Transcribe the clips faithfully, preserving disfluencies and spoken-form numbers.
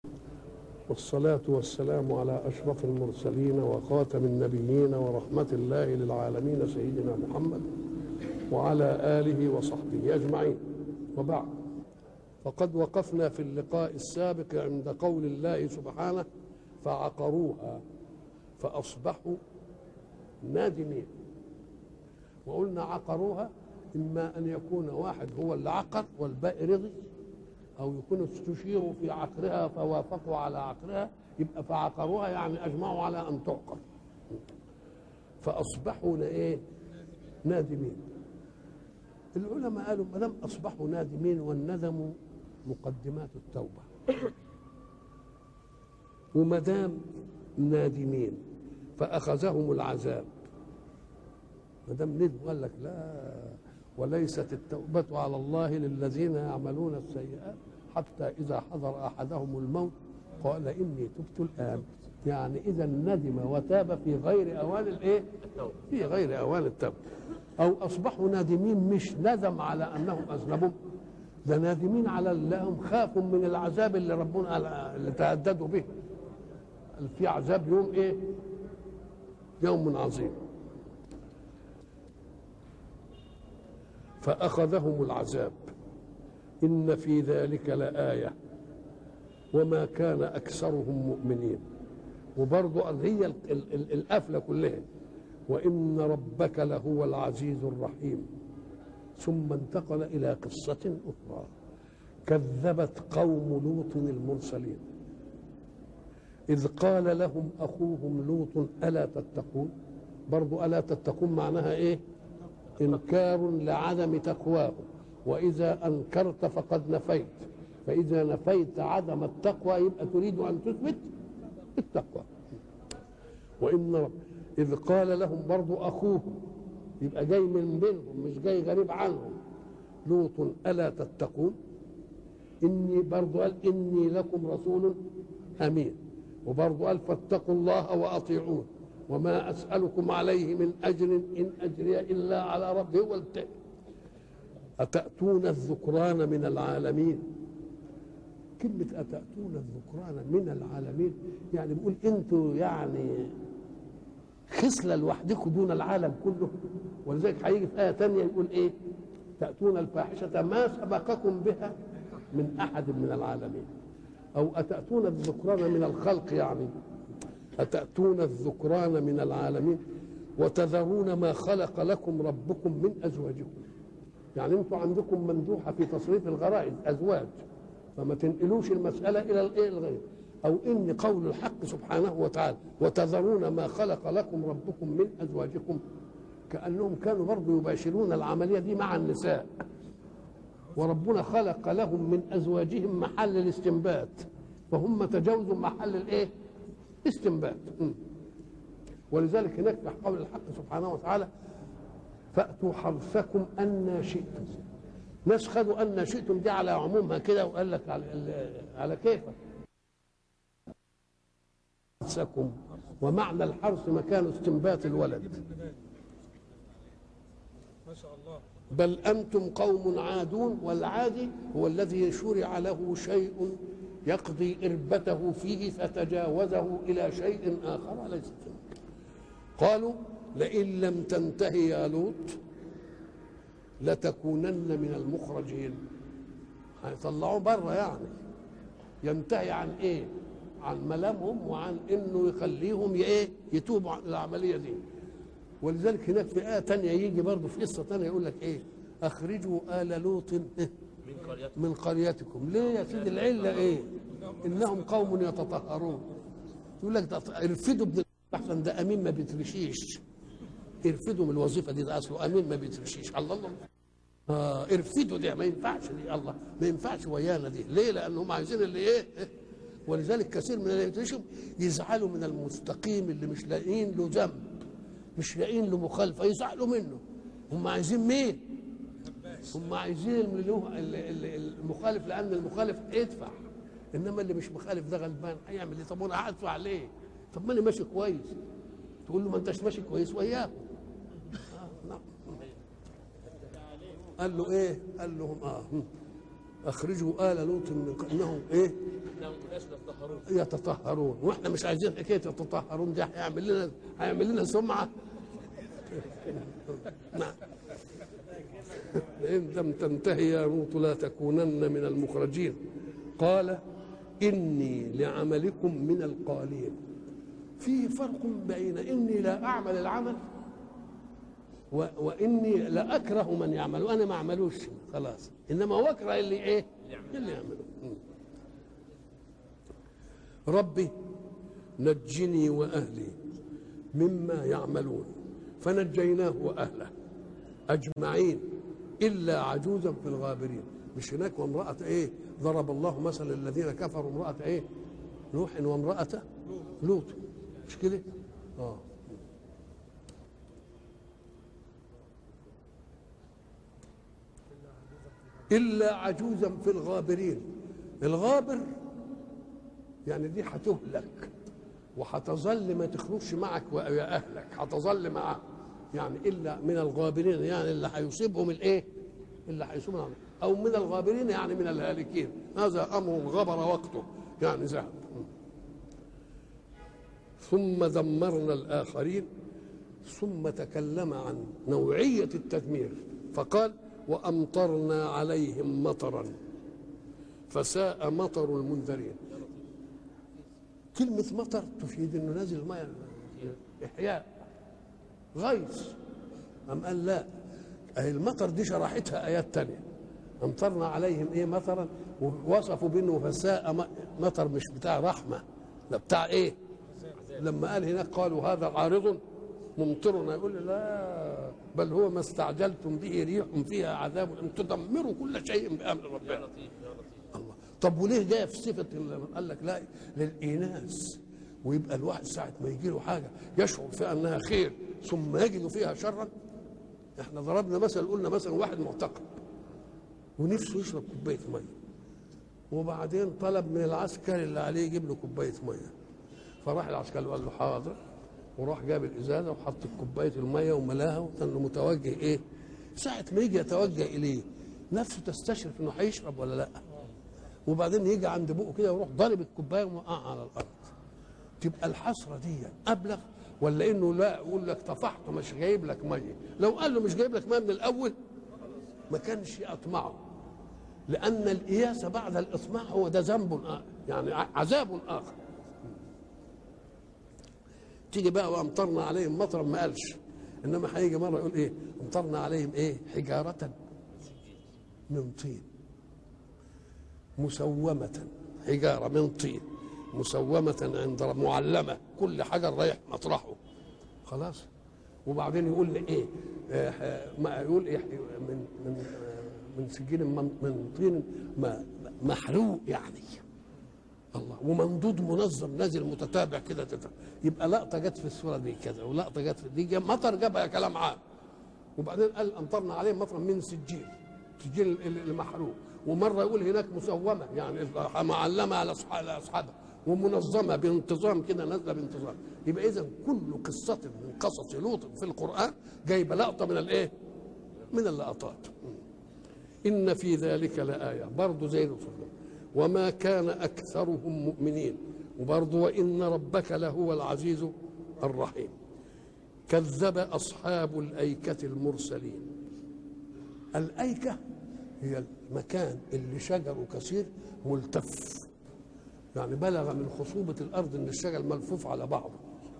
والصلاة والسلام على أشرف المرسلين وخاتم النبيين ورحمة الله للعالمين سيدنا محمد وعلى آله وصحبه أجمعين، وبعد. فقد وقفنا في اللقاء السابق عند قول الله سبحانه: فعقروها فأصبحوا نادمين. وقلنا عقروها إما أن يكون واحد هو اللي عقر والباقي رضي، أو يكونوا استشيروا في عقرها فوافقوا على عقرها، يبقى فعقروها يعني أجمعوا على أن تعقر. فأصبحوا إيه؟ نادمين. العلماء قالوا ما دام أصبحوا نادمين، والندم مقدمات التوبة، وما دام نادمين فأخذهم العذاب. ما دام ندموا قال لك لا، وليست التوبة على الله للذين يعملون السيئات حتى إذا حضر أحدهم الموت قال إني تبت الآن. يعني إذا ندم وتاب في غير أوان الإيه؟ في غير أوان التوبة. أو أصبحوا نادمين، مش ندم على أنهم أذنبوا، ده نادمين على أنهم خافوا من العذاب اللي ربنا اللي تهددوا به. في عذاب يوم إيه؟ يوم عظيم. فأخذهم العذاب إن في ذلك لآية وما كان أكثرهم مؤمنين. وبرضو هي القفلة كلها: وإن ربك لهو العزيز الرحيم. ثم انتقل إلى قصة أخرى: كذبت قوم لوط المرسلين إذ قال لهم أخوهم لوط ألا تتقون. برضو ألا تتقون معناها إيه؟ إنكار لعدم تقواه، وإذا أنكرت فقد نفيت، فإذا نفيت عدم التقوى يبقى تريد أن تثبت التقوى. وإن رب إذ قال لهم برضو أخوهم، يبقى جاي من بينهم مش جاي غريب عنهم. لوط ألا تتقون. إني برضو قال إني لكم رسول أمين، وبرضو قال فاتقوا الله وأطيعون وما أسألكم عليه من أجر إن أجري إلا على ربي. هو التقوى. أتأتون الذكران من العالمين. كلمة أتأتون الذكران من العالمين يعني بيقول أنتوا يعني خصلة لوحدكم دون العالم كله. ولذلك هيجي في آية ثانية يقول إيه؟ تأتون الفاحشة ما سبقكم بها من أحد من العالمين. أو أتأتون الذكران من الخلق، يعني أتأتون الذكران من العالمين وتذرون ما خلق لكم ربكم من أزواجكم. يعني أنتم عندكم مندوحة في تصريف الغرائز أزواج، فما تنقلوش المسألة إلى الإيه الغير. أو إن قول الحق سبحانه وتعالى وتذرون ما خلق لكم ربكم من أزواجكم، كأنهم كانوا برضو يباشرون العملية دي مع النساء، وربنا خلق لهم من أزواجهم محل الاستنبات، فهم تجاوزوا محل الإيه؟ استنبات. ولذلك هناك في قول الحق سبحانه وتعالى فأتوا حرثكم أن شئتم. ناس خدوا أن شئتم دي على عمومها كده وقال لك على, على كيفك. حرثكم، ومعنى الحرث مكان استنبات الولد. ما شاء الله. بل أنتم قوم عادون. والعادي هو الذي شرع له شيء يقضي إربته فيه فتجاوزه إلى شيء آخر ليس فيه. قالوا لئن لم تنتهي يا لوط لتكونن من المخرجين. هيطلعوه بره، يعني ينتهي عن ايه؟ عن ملامهم وعن انه يخليهم ايه؟ يتوبوا عن العمليه دي. ولذلك هناك في آية تانية يجي برضه في قصة تانية يقول لك ايه؟ اخرجوا آل لوط من قريتكم. ليه يا سيدي؟ العلة ايه؟ انهم قوم يتطهرون. يقول لك ارفدوا ابن احسن، ده امين ما بيترشيش. ارفدوا من الوظيفه دي، ده اصله امين ما بيترشيش. الله الله اه ارفدوا دي ما ينفعش دي، الله ما ينفعش ويانا دي. ليه؟ لانهم عايزين اللي ايه؟ ولذلك كثير من اللي يترشوا يزعلوا من المستقيم اللي مش لاقيين له ذنب، مش لاقيين له مخالفه، يزعلوا منه. هم عايزين مين؟ هم عايزين اللي له المخالف، لان المخالف ادفع، انما اللي مش مخالف ده غلبان هيعمل ايه؟ طب انا هدفع ليه؟ طب ما انا ماشي كويس. تقول له ما انتش ماشي كويس وياه. آه نعم. قال له ايه؟ قال لهم اه اخرجوا ال لوط من انهم ايه يتطهرون، واحنا مش عايزين حكايه يتطهرون دي، هيعمل لنا هيعمل لنا سمعه. نعم. إن لم تنتهي يا لوط لا تكونن من المخرجين. قال إني لعملكم من القالين. فيه فرق بين إني لا أعمل العمل و... وإني لا أكره من يعمل، وأنا ما أعملوش خلاص، إنما هو أكره اللي إيه؟ اللي يعمله. ربي نجني وأهلي مما يعملون، فنجيناه وأهله أجمعين إلا عجوزا في الغابرين. مش هناك وامرأة إيه؟ ضرب الله مثلا الذين كفروا امرأة إيه؟ نوح وامرأة لوط، مش كده؟ آه. إلا عجوزا في الغابرين. الغابر يعني دي هتهلك وهتظل ما تخرجش معك ويا أهلك، هتظل معك يعني إلا من الغابرين، يعني اللي هيصيبهم الإيه؟ اللي هيصيبهم، أو من الغابرين يعني من الهالكين. هذا أمر غبر وقته يعني ذهب. ثم دمرنا الآخرين. ثم تكلم عن نوعية التدمير فقال وأمطرنا عليهم مطرا فساء مطر المنذرين. كلمة مطر تفيد انه نازل الماء احياء غيث. أم قال لا، المطر دي شرحتها آيات تانية. أمطرنا عليهم إيه مطرا، ووصفوا بأنه فساء مطر، مش بتاع رحمة، لا بتاع إيه. لما قال هناك قالوا هذا عارض ممطرنا، يقول لا بل هو ما استعجلتم به ريح فيها عذاب أن تدمروا كل شيء بأمر ربنا. الله. طب وليه جايه في صفه؟ قال لك لا، للإيناس، ويبقى الواحد ساعه ما يجي له حاجه يشعر فيها انها خير ثم يجد فيها شرا. احنا ضربنا مثل، قلنا مثلا واحد معتقل ونفسه يشرب كوبايه ميه، وبعدين طلب من العسكري اللي عليه يجيب له كوبايه ميه، فراح العسكري وقال له حاضر، وراح جاب الازازه وحط كوبايه الميه وملاها، وكان متوجه ايه؟ ساعه ما يجي يتوجه اليه نفسه تستشرف انه هيشرب ولا لا، وبعدين يجي عند بقه كده ويروح ضارب الكوبايه وموقعها على الارض. تبقى الحسره دي ابلغ ولا انه لا يقول لك طفحت مش جايب لك ميه؟ لو قال له مش جايب لك ميه من الاول ما كانش يطمعه، لان الإياس بعد الاطماع هو ده ذنب آخر، يعني عذاب اخر. تيجي بقى وامطرنا عليهم مطرا، ما قالش، انما هيجي مره يقول ايه؟ امطرنا عليهم ايه؟ حجاره من طين مسومة، حجارة من طين مسومة عند معلمة، كل حجر رايح مطرحه خلاص. وبعدين يقول لي ايه؟ آه ما يقول ايه؟ من من من سجين من, من طين محروق يعني. الله. ومنضود منظم نازل متتابع كده، يبقى لقطه جت في الصوره دي كذا، ولقطه جت في دي مطر جابها كلام عام. وبعدين قال امطرنا عليهم مطرا من سجين، سجين المحروق. ومره يقول هناك مسومه يعني معلمه على اصحابها، ومنظمه بانتظام كده، نازله بانتظام. يبقى اذا كل قصه من قصص لوط في القران جايبه لقطه من الايه؟ من اللقطات. ان في ذلك لايه، برضه زي لوط. وما كان اكثرهم مؤمنين، وبرضه وان ربك لهو العزيز الرحيم. كذب اصحاب الايكه المرسلين. الايكه هي المكان اللي شجره كثير ملتف، يعني بلغ من خصوبة الأرض إن الشجر ملفوف على بعضه.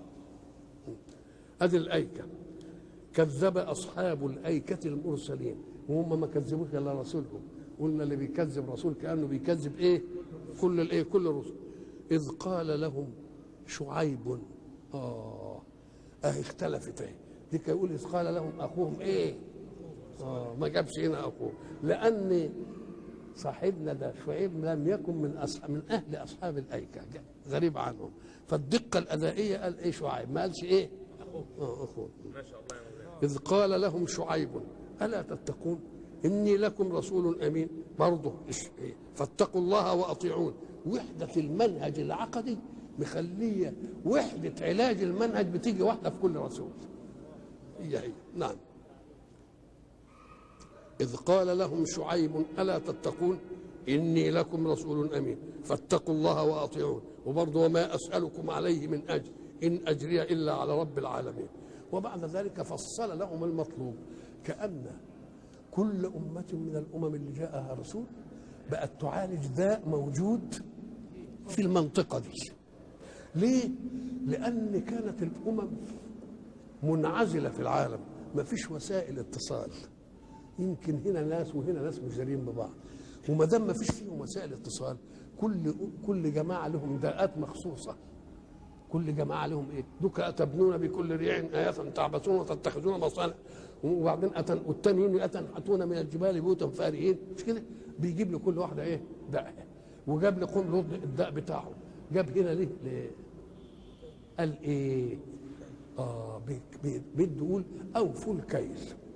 أدي الأيكة. كذب أصحاب الأيكة المرسلين، وهم ما كذبوش إلا رسولهم. قلنا اللي بيكذب رسول كأنه بيكذب إيه؟ كل الإيه؟ كل الرسل. إذ قال لهم شعيب. آه أهي اختلفت أهي. دي كان يقول إذ قال لهم أخوهم إيه؟ آه ما جابش هنا أخوه، لأن صاحبنا ده شعيب لم يكن من أصحاب من أهل أصحاب الأيكة، غريب عنهم. فالدقة الأدائية قال إيه شعيب، ما قالش إيه؟ أخوه. آه أخوه. ما شاء الله. إذ قال لهم شعيب ألا تتقون إني لكم رسول أمين. برضه فاتقوا الله وأطيعون. وحدة المنهج العقدي مخلية وحدة علاج المنهج بتيجي واحدة في كل رسول. هي هي نعم. إذ قال لهم شعيب ألا تتقون إني لكم رسول أمين فاتقوا الله وأطيعون. وبرضه وما أسألكم عليه من أجر إن أجري إلا على رب العالمين. وبعد ذلك فصل لهم المطلوب، كأن كل أمة من الأمم اللي جاءها رسول بقت تعالج داء موجود في المنطقة دي. ليه؟ لأن كانت الأمم منعزلة في العالم، ما فيش وسائل اتصال، يمكن هنا ناس وهنا ناس مش دارين ببعض، وما دام ما فيش فيهم وسائل اتصال كل كل جماعة لهم داءات مخصوصة. كل جماعة لهم ايه؟ دوك أتبنون بكل ريع آية تعبثون وتتخذون مصانع، وبعدين أتن والتانيين أتنحتون من الجبال بيوتا فارهين، مش كده؟ بيجيب لكل واحدة ايه؟ داء. وجاب لقوم لوط الداء بتاعه. جاب هنا ليه؟ ليه؟ قال ايه؟ اه بده يقول اوفوا الكيل.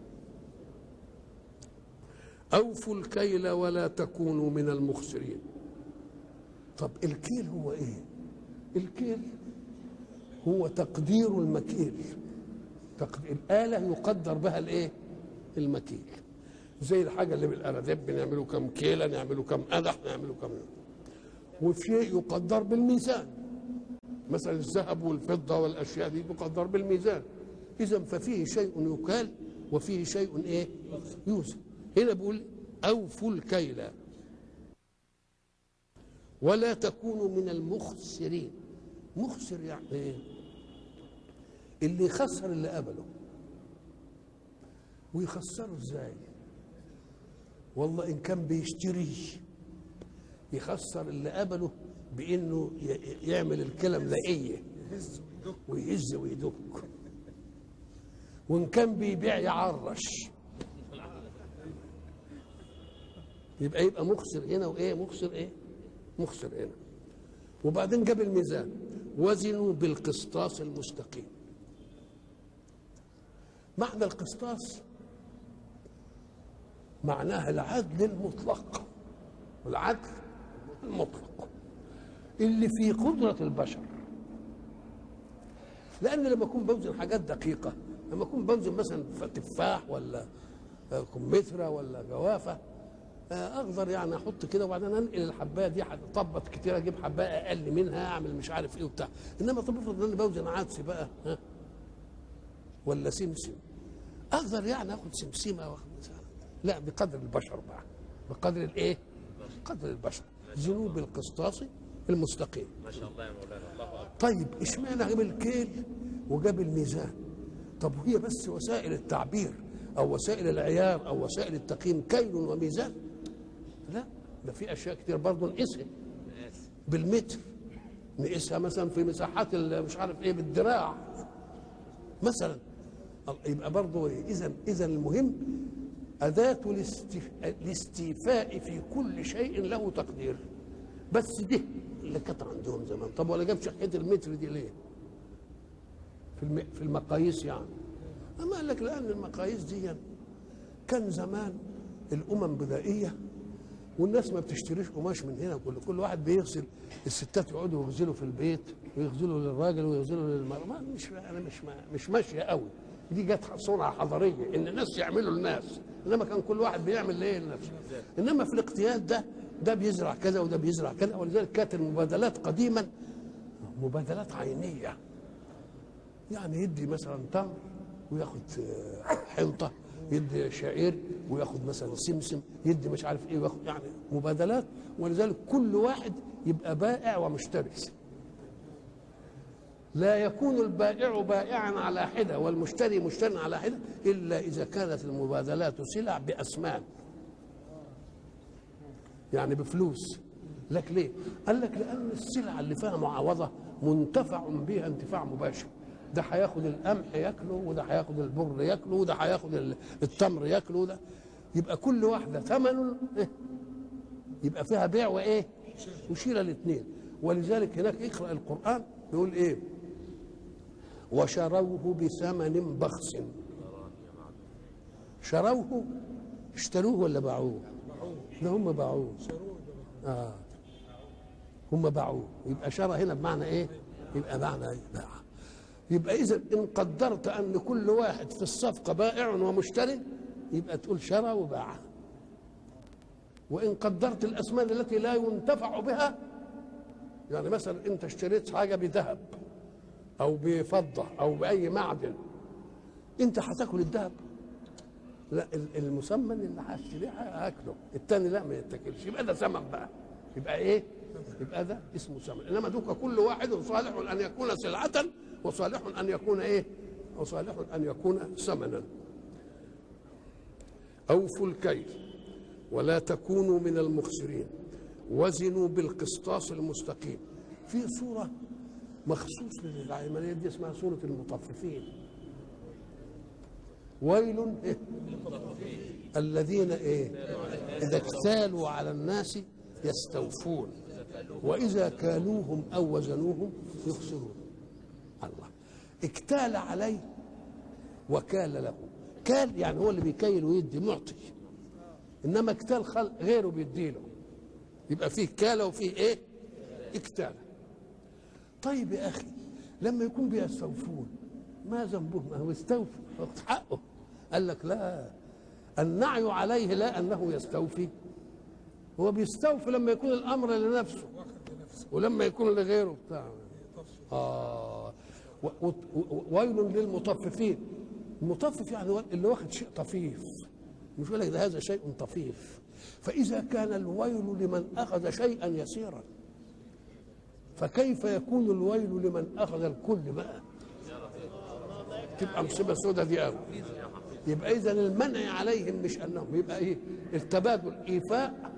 اوفوا الكيل ولا تكونوا من المخسرين. طب الكيل هو ايه؟ الكيل هو تقدير المكيل. تقدير الآلة يقدر بها الايه؟ المكيل. زي الحاجة اللي بالأناديب بنعمله كم كيلة، نعمله كم قدح، نعمله كم. وفي يقدر بالميزان، مثلا الذهب والفضة والأشياء دي تقدر بالميزان. إذا ففيه شيء يكال وفيه شيء إيه؟ يوزن. هنا بيقول أوفوا الكيل ولا تكونوا من المخسرين. مخسر يعني إيه؟ اللي يخسر اللي قبله. ويخسره إزاي؟ والله إن كان بيشتري يخسر اللي قبله بانه يعمل الكلام لقيه ويهز ويدك، وان كان بيبيع يعرش، يبقى يبقى مخسر هنا وايه؟ مخسر ايه؟ مخسر هنا. وبعدين جاب الميزان، وزنوا بالقسطاس المستقيم. معنى القسطاس معناها العدل المطلق، والعدل المطلق اللي في قدرة البشر. لأن لما أكون بوزن حاجات دقيقة، لما أكون بوزن مثلا تفاح ولا كمثرى ولا جوافة، أقدر يعني أحط كده وبعدين أنقل الحباية دي هتطبط كتير، أجيب حباية أقل منها أعمل مش عارف إيه وبتاع. إنما طب افرض إن أنا بوزن عدس بقى ها ولا سمسم، أقدر يعني آخد سمسمة وآخد لا، بقدر البشر بقى، بقدر الإيه؟ بقدر البشر. زنوا بالقسطاس المستقيم. ما شاء الله يا مولانا، الله اكبر. طيب اشمعنى جاب الكيل وجاب الميزان؟ طب هي بس وسائل التعبير او وسائل العيار او وسائل التقييم كيل وميزان؟ لا، ده في اشياء كتير برضه نقيسها بالمتر، نقيسها مثلا في مساحات مش عارف ايه بالذراع مثلا. يبقى برضه اذا اذا المهم أداة الاستيفاء في كل شيء له تقدير. بس دي اللي كانت عندهم زمان. طب ولا جابش حكايه المتر دي ليه؟ في في المقاييس يعني. أما قال لك لأن المقاييس دي كان زمان الأمم بدائية والناس ما بتشتريش قماش من هنا، كل كل واحد بيغسل، الستات يقعدوا يغسلوا في البيت ويغسلوا للراجل ويغسلوا للمرأة. مش أنا مش مش ماشية قوي. دي جت صنعة حضارية إن الناس يعملوا للناس، إنما كان كل واحد بيعمل ليه لنفسه. إنما في الاقتياد ده ده بيزرع كذا وده بيزرع كذا، ولذلك كانت المبادلات قديما مبادلات عينية. يعني يدي مثلا تمر وياخد حنطة، يدي شعير وياخد مثلا سمسم، يدي مش عارف ايه وياخد، يعني مبادلات. ولذلك كل واحد يبقى بائع ومشتري. لا يكون البائع بائعا على حدة والمشتري مشتري على حدة إلا إذا كانت المبادلات سلع بأثمان، يعني بفلوس. لك ليه؟ قال لك لأن السلع اللي فيها معاوضة منتفع بها انتفاع مباشر. ده هياخد القمح ياكله، وده هياخد البر ياكله، وده هياخد التمر ياكله، ده يبقى كل واحدة ثمن إيه؟ يبقى فيها بيع وإيه؟ وشيرة الاثنين. ولذلك هناك اقرأ القرآن يقول إيه؟ وشروه بثمن بخس. شروه اشتروه ولا باعوه؟ لا هم باعوه. اه هم باعوه. يبقى شرى هنا بمعنى ايه؟ يبقى معنى ايه؟ باع. يبقى اذا ان قدرت ان كل واحد في الصفقه بائع ومشتري، يبقى تقول شرى وباع. وإن قدرت الأثمان التي لا ينتفع بها، يعني مثلا أنت اشتريت حاجة بذهب أو بفضة أو بأي معدن، أنت هتاكل الذهب؟ لا، المسمن اللي هشتريه هاكله، الثاني لا ما يتاكلش، يبقى ده ثمن بقى، يبقى إيه؟ يبقى ده اسمه ثمن. إنما دوك كل واحد صالح أن يكون سلعة وصالح أن يكون إيه؟ وصالح أن يكون ثمنا. أوفوا الكيل ولا تكونوا من المخسرين وزنوا بالقسطاس المستقيم. في سورة مخصوص للعملية دي اسمها سورة المطففين. ويل إيه؟ الذين إيه؟ إذا اكتالوا على الناس يستوفون وإذا كالوهم أو وزنوهم يخسرون. الله اكتال عليه وكال له. كال يعني هو اللي بيكيل ويدي معطي، انما اكتال خلق غيره بيديله، يبقى فيه كاله وفيه ايه؟ اكتاله. طيب يا اخي لما يكون بيستوفون ما ذنبهم؟ ما هو يستوفي وقت حقه. قال لك لا، النعي عليه لا انه يستوفي، هو بيستوفي لما يكون الامر لنفسه ولما يكون لغيره بتاع. اه ويل للمطففين. المطفف يعني اللي واخد شيء طفيف، مش يقول لك ده هذا شيء طفيف. فإذا كان الويل لمن أخذ شيئا يسيرا فكيف يكون الويل لمن أخذ الكل بقى؟ تبقى مصيبة سودة دي قوي. يبقى إذا المنع عليهم مش أنهم، يبقى إيه؟ التبادل إيفاء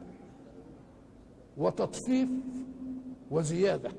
وتطفيف وزيادة.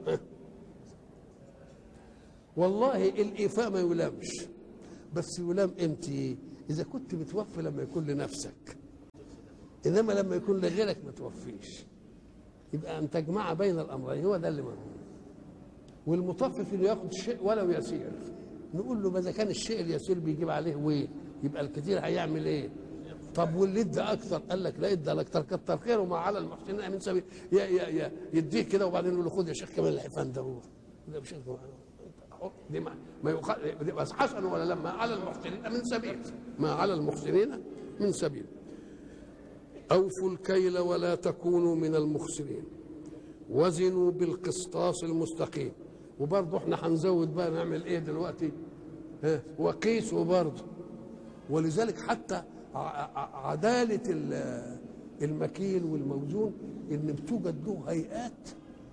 والله الإيفاء ما يلامش، بس يلام امتى؟ إذا كنت بتوفي لما يكون لنفسك، إنما لما يكون لغيرك ما توفيش. يبقى أن تجمع بين الأمرين، هو ده اللي مهم. والمطفف اللي ياخد شيء ولو يسير نقول له إذا كان الشيء اليسير بيجيب عليه وين، يبقى الكثير هيعمل إيه؟ طب واللي ادى أكثر؟ قال لك لا، ادى الأكثر كتر خيره ما على المحسنين من سبيل. يا يا يا يديه كده وبعدين يقول له خد يا شيخ كمان الحفان ده، هو ده مش دي ما ما يخ... بس حسن ولا لما على المحسنين من سبيل، ما على المحسنين من سبيل. أوفوا الكيل ولا تكونوا من المخسرين وزنوا بالقسطاس المستقيم. وبرضه احنا هنزود بقى، نعمل ايه دلوقتي؟ ها وقيسوا برضه. ولذلك حتى عدالة المكيل والموزون ان بتوجد له هيئات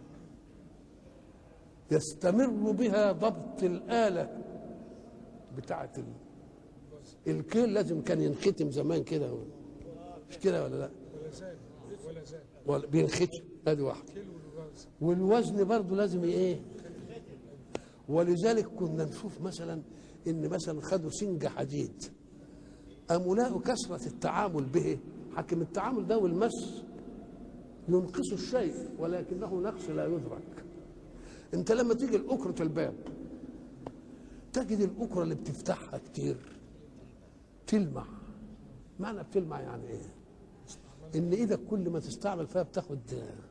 يستمر بها ضبط الآلة بتاعة الكيل. لازم كان ينختم زمان كده، مش كده ولا لا؟ ولا زال ولا بينختم، ادي واحده. والوزن برضه لازم ايه؟ ولذلك كنا نشوف مثلا ان مثلا خدوا سنج حديد، قاموا لقوا كثره التعامل به، حكم التعامل ده والمس ينقص الشيء ولكنه نقص لا يدرك. انت لما تيجي لأكرة الباب تجد الأكرة اللي بتفتحها كتير تلمع. معنى بتلمع يعني ايه؟ ان ايدك كل ما تستعمل فيها بتاخد،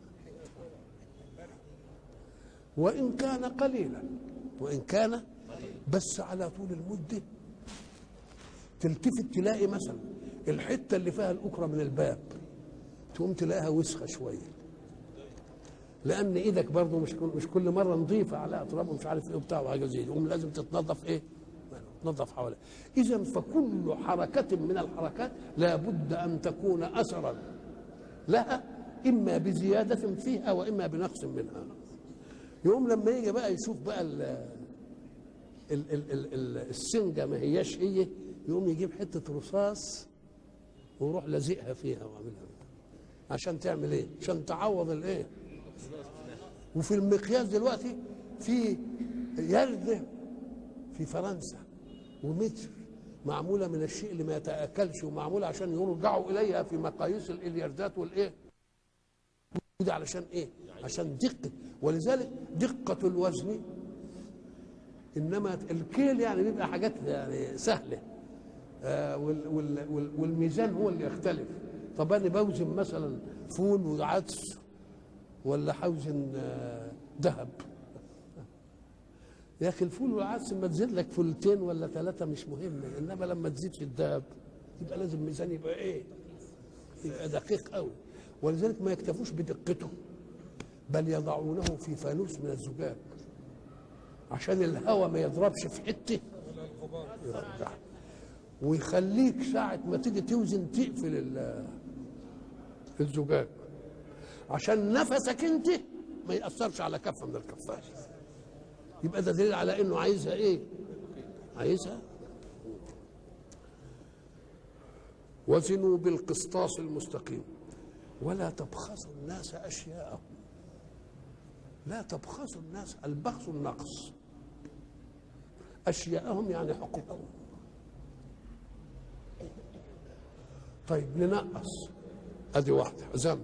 وان كان قليلا، وان كان بس على طول المده تلتفت تلاقي مثلا الحته اللي فيها الأكرة من الباب تقوم تلاقيها وسخه شويه، لان ايدك برضه مش مش كل مره نظيفه على اطراف ومش عارف ايه وبتاع وحاجه زي دي، لازم تتنظف ايه؟ تنظف حواليها. اذا فكل حركه من الحركات لابد ان تكون اثرا لها، اما بزياده فيها واما بنقص منها. يوم لما يجي بقى يشوف بقى ال ال ال ال السنجه ما هياش هي، يقوم يجيب حته رصاص ويروح لازقها فيها وعاملها عشان تعمل ايه؟ عشان تعوض الايه؟ وفي المقياس دلوقتي في يرده في فرنسا ومتر معموله من الشيء اللي ما يتاكلش، ومعموله عشان يرجعوا اليها في مقاييس الياردات والايه؟ وده علشان ايه؟ عشان دقه. ولذلك دقه الوزن، انما الكيل يعني بيبقى حاجات يعني سهله، آه وال وال والميزان هو اللي يختلف. طب انا بوزن مثلا فول وعدس ولا حوزن ذهب؟ يا اخي الفول والعدس ما تزيد لك فولتين ولا ثلاثه مش مهم، انما لما تزيد في الذهب يبقى لازم ميزان يبقى ايه؟ يبقى دقيق قوي. ولذلك ما يكتفوش بدقته، بل يضعونه في فانوس من الزجاج عشان الهواء ما يضربش في حته يرجع، ويخليك ساعة ما تيجي توزن تقفل الزجاج عشان نفسك انت ما يأثرش على كفة من الكفات. يبقى ده دليل على انه عايزها ايه؟ عايزها. وزنوا بالقسطاس المستقيم ولا تبخسوا الناس اشياءهم. لا تبخسوا الناس، البخس النقص، اشياءهم يعني حقوقهم. طيب ننقص، ادي واحده ذنب.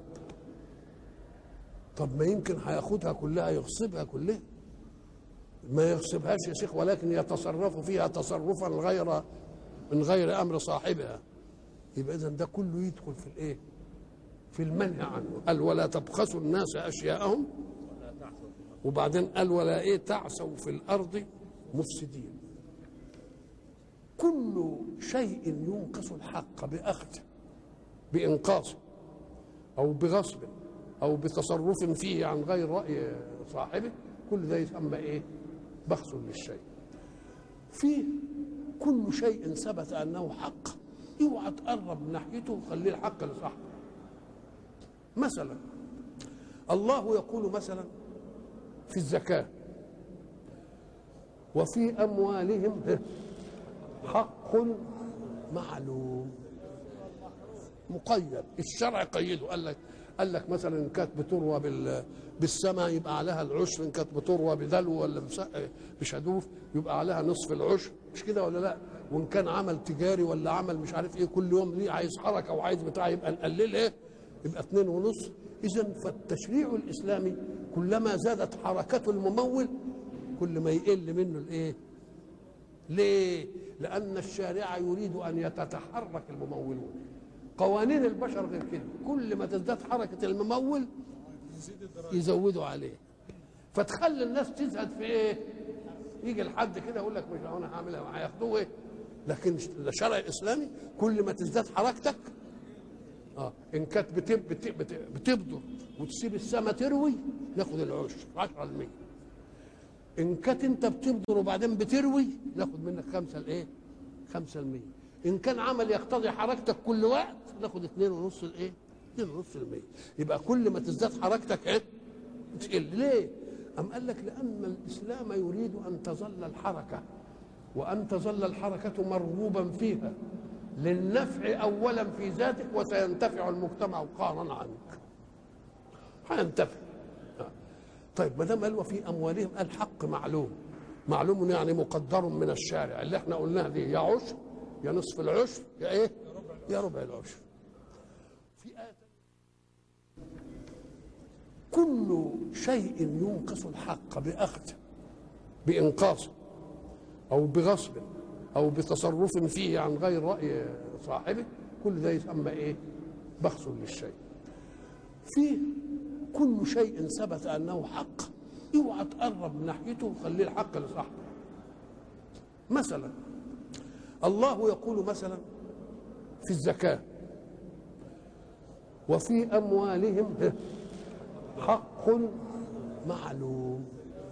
طب ما يمكن هياخدها كلها، يغصبها كلها. ما يغصبهاش يا شيخ، ولكن يتصرف فيها تصرفا غير من غير امر صاحبها. يبقى اذا ده كله يدخل في الايه؟ في المنهي عنه. قال ولا تبخسوا الناس اشياءهم، وبعدين قال ولا ايه تعثوا في الارض مفسدين. كل شيء ينقص الحق باخذه بانقاصه او بغصب او بتصرف فيه عن غير راي صاحبه، كل ده يسمى ايه؟ بخس للشيء. في كل شيء ثبت انه حق اوعى تقرب من ناحيته وخليه الحق لصاحبه. مثلا الله يقول مثلا في الزكاة وفي أموالهم حق معلوم مقيد. الشرع قيده، قال لك قال لك مثلا ان كانت بتروى بالسماء يبقى عليها العشر، ان كانت بتروى بدلو ولا بشدوف يبقى عليها نصف العشر، مش كده ولا لا؟ وان كان عمل تجاري ولا عمل مش عارف ايه كل يوم ليه عايز حركه وعايز بتاع يبقى نقلل ايه؟ يبقى اتنين ونص. اذا فالتشريع الاسلامي كلما زادت حركته الممول كل ما يقل منه الايه؟ ليه؟ لان الشارع يريد ان يتتحرك الممولون. قوانين البشر غير كده، كل ما تزداد حركه الممول يزودوا عليه، فتخلي الناس تزهد في ايه؟ يجي لحد كده يقول لك مش انا هعملها، هياخدوه ايه؟ لكن الشرع الاسلامي كل ما تزداد حركتك اه ان كانت بتب بتب بتبدر وتسيب السما تروي ناخد العشر عشرة بالمية. ان كانت انت بتبدر وبعدين بتروي ناخد منك خمسة الايه؟ خمسة بالمية. ان كان عمل يقتضي حركتك كل وقت ناخد اتنين ونص الايه؟ اتنين ونص بالمية. يبقى كل ما تزداد حركتك ايه؟ تقل. ليه؟ أم قال لك لأن الإسلام يريد أن تظل الحركة، وأن تظل الحركة مرغوبا فيها للنفع أولا في ذاتك، وسينتفع المجتمع قارا عنك. هينتفع. طيب ما دام قال وفي أموالهم الحق معلوم، معلوم يعني مقدر من الشارع اللي احنا قلناها دي، يا عشر يا نصف العشر يا ايه؟ يا ربع العشر. في آية كل شيء ينقص الحق بأخذه بإنقاصه أو بغصب أو بتصرف فيه عن غير رأي صاحبه، كل ده يسمى إيه؟ بخس للشيء. في كل شيء ثبت أنه حق اوعى تقرب من ناحيته وخليه الحق لصاحبه. مثلا الله يقول مثلا في الزكاة وفي أموالهم حق معلوم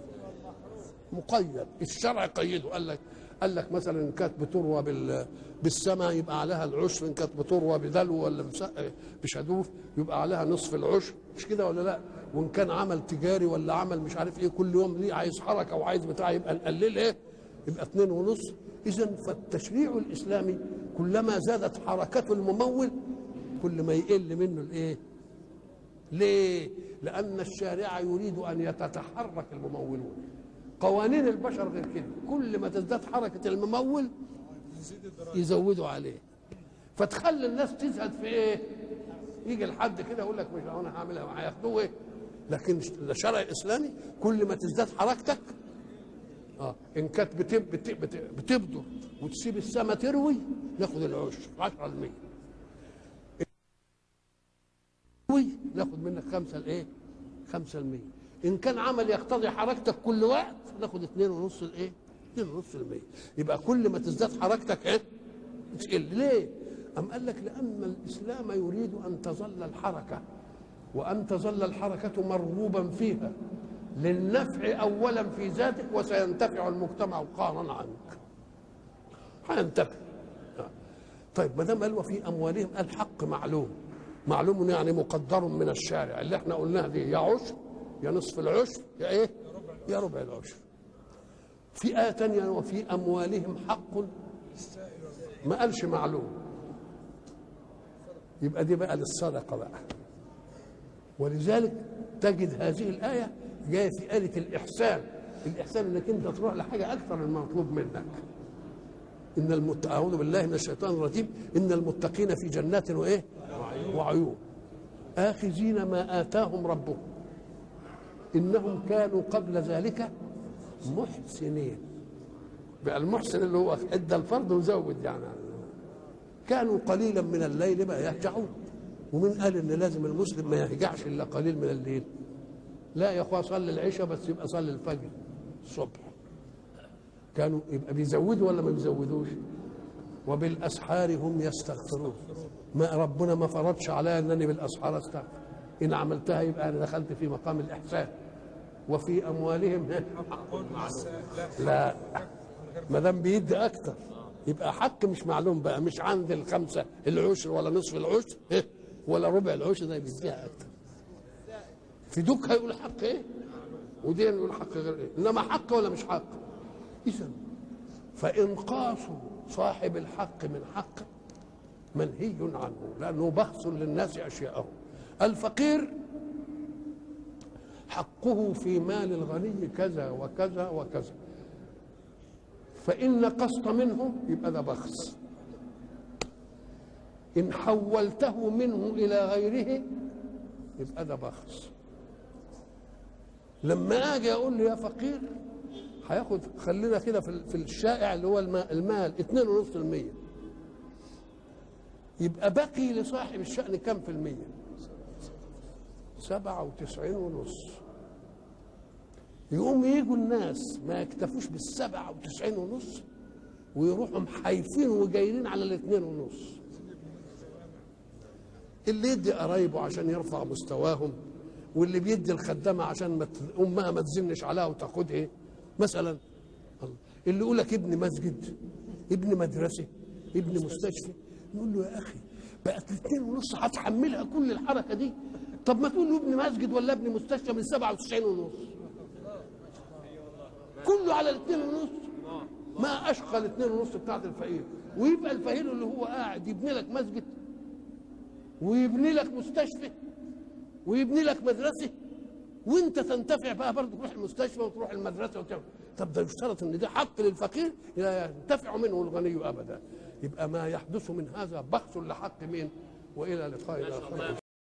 مقيد. الشرع قيده، قال لك قال لك مثلا ان كانت بتروى بالسماء يبقى عليها العشر، ان كانت بتروى بدلو ولا بشدوف يبقى عليها نصف العشر، مش كده ولا لا؟ وان كان عمل تجاري ولا عمل مش عارف ايه كل يوم ليه عايز حركه وعايز بتاع يبقى نقلل ايه؟ يبقى اتنين ونص. اذا فالتشريع الاسلامي كلما زادت حركته الممول كل ما يقل منه الايه؟ ليه؟ لأن الشارع يريد أن يتتحرك الممولون. قوانين البشر غير كده، كل ما تزداد حركة الممول يزودوا عليه، فتخلي الناس تزهد في ايه؟ يجي لحد كده يقول لك مش انا هعملها، هياخدوه ايه؟ لكن الشرع الإسلامي كل ما تزداد حركتك اه ان كانت بتب بتب بتبدر وتسيب السما تروي ناخد العشر عشرة بالمية. ناخد منك خمسة الايه؟ خمسة بالمية. ان كان عمل يقتضي حركتك كل وقت ناخد اتنين ونص الايه؟ اتنين ونص بالمية. يبقى كل ما تزداد حركتك ايه؟ تقل. ليه؟ أم قال لك لأن الإسلام يريد أن تظل الحركة، وأن تظل الحركة مرغوبا فيها للنفع أولا في ذاتك، وسينتفع المجتمع قارا عنك، هينتفع. طيب ما دام قال وفي أموالهم الحق معلوم، معلوم يعني مقدر من الشارع اللي احنا قلناها دي، يا عشر يا نصف العشر يا ايه يا ربع العشر. في آية تانية وفي أموالهم حق، ما قالش معلوم، يبقى دي بقى للصدقة بقى. ولذلك تجد هذه الآية جاية في آية الإحسان. الإحسان إنك أنت تروح لحاجة أكثر من المطلوب منك. إن المت... أعوذ بالله من الشيطان الرجيم. إن المتقين في جنات وإيه وعيون آخذين ما آتاهم ربهم إنهم كانوا قبل ذلك محسنين. بقى المحسن اللي هو ادى الفرض وزود، يعني كانوا قليلا من الليل ما يهجعون. ومن قال ان لازم المسلم ما يهجعش الا قليل من الليل؟ لا يا اخويا، صلي العشاء بس يبقى صلي الفجر الصبح. كانوا يبقى بيزودوا ولا ما بيزودوش؟ وبالاسحار هم يستغفرون. ما ربنا ما فرضش عليا انني بالاسحار استغفر، ان عملتها يبقى انا دخلت في مقام الاحسان. وفي اموالهم لا، ما دام بيدي اكتر يبقى حق مش معلوم بقى، مش عند الخمسه العشر ولا نصف العشر ولا ربع العشر، ده بيديها اكتر. في دوك هيقول حق ايه ودي يقول حق غير ايه، انما حق ولا مش حق. اذا فانقاص صاحب الحق من حق منهي عنه، لانه بخس للناس اشياءهم. الفقير حقه في مال الغني كذا وكذا وكذا، فإن نقصت منه يبقى ده بخس. إن حولته منه إلى غيره يبقى ده بخس. لما أجي أقول له يا فقير هياخد، خلينا كده في الشائع اللي هو المال اتنين ونص في المية، يبقى بقي لصاحب الشأن كم في المية؟ سبعة وتسعين ونص. يقوم يجوا الناس ما يكتفوش بالسبعة وتسعين ونص ويروحوا محايفين وجايين على الاثنين ونص. اللي يدي قرايبه عشان يرفع مستواهم، واللي بيدي الخدامة عشان ما امها ما تزنش عليها وتاخد ايه مثلا. اللي يقول لك ابن مسجد، ابن مدرسة، ابن مستشفى، نقول له يا اخي بقت الاثنين ونص هتحملها كل الحركة دي؟ طب ما تقول له ابن مسجد ولا ابن مستشفى من سبعة وتسعين ونص، كله على الاثنين ونص. ما اشقى الاثنين ونص بتاعت الفقير. ويبقى الفقير اللي هو قاعد يبني لك مسجد ويبني لك مستشفى ويبني لك مدرسه، وانت تنتفع بقى برضه، تروح المستشفى وتروح المدرسه وتعمل. طب ده يشترط ان ده حق للفقير لا ينتفع منه الغني ابدا. يبقى ما يحدث من هذا بخس لحق مين؟ والى لقاء اخر.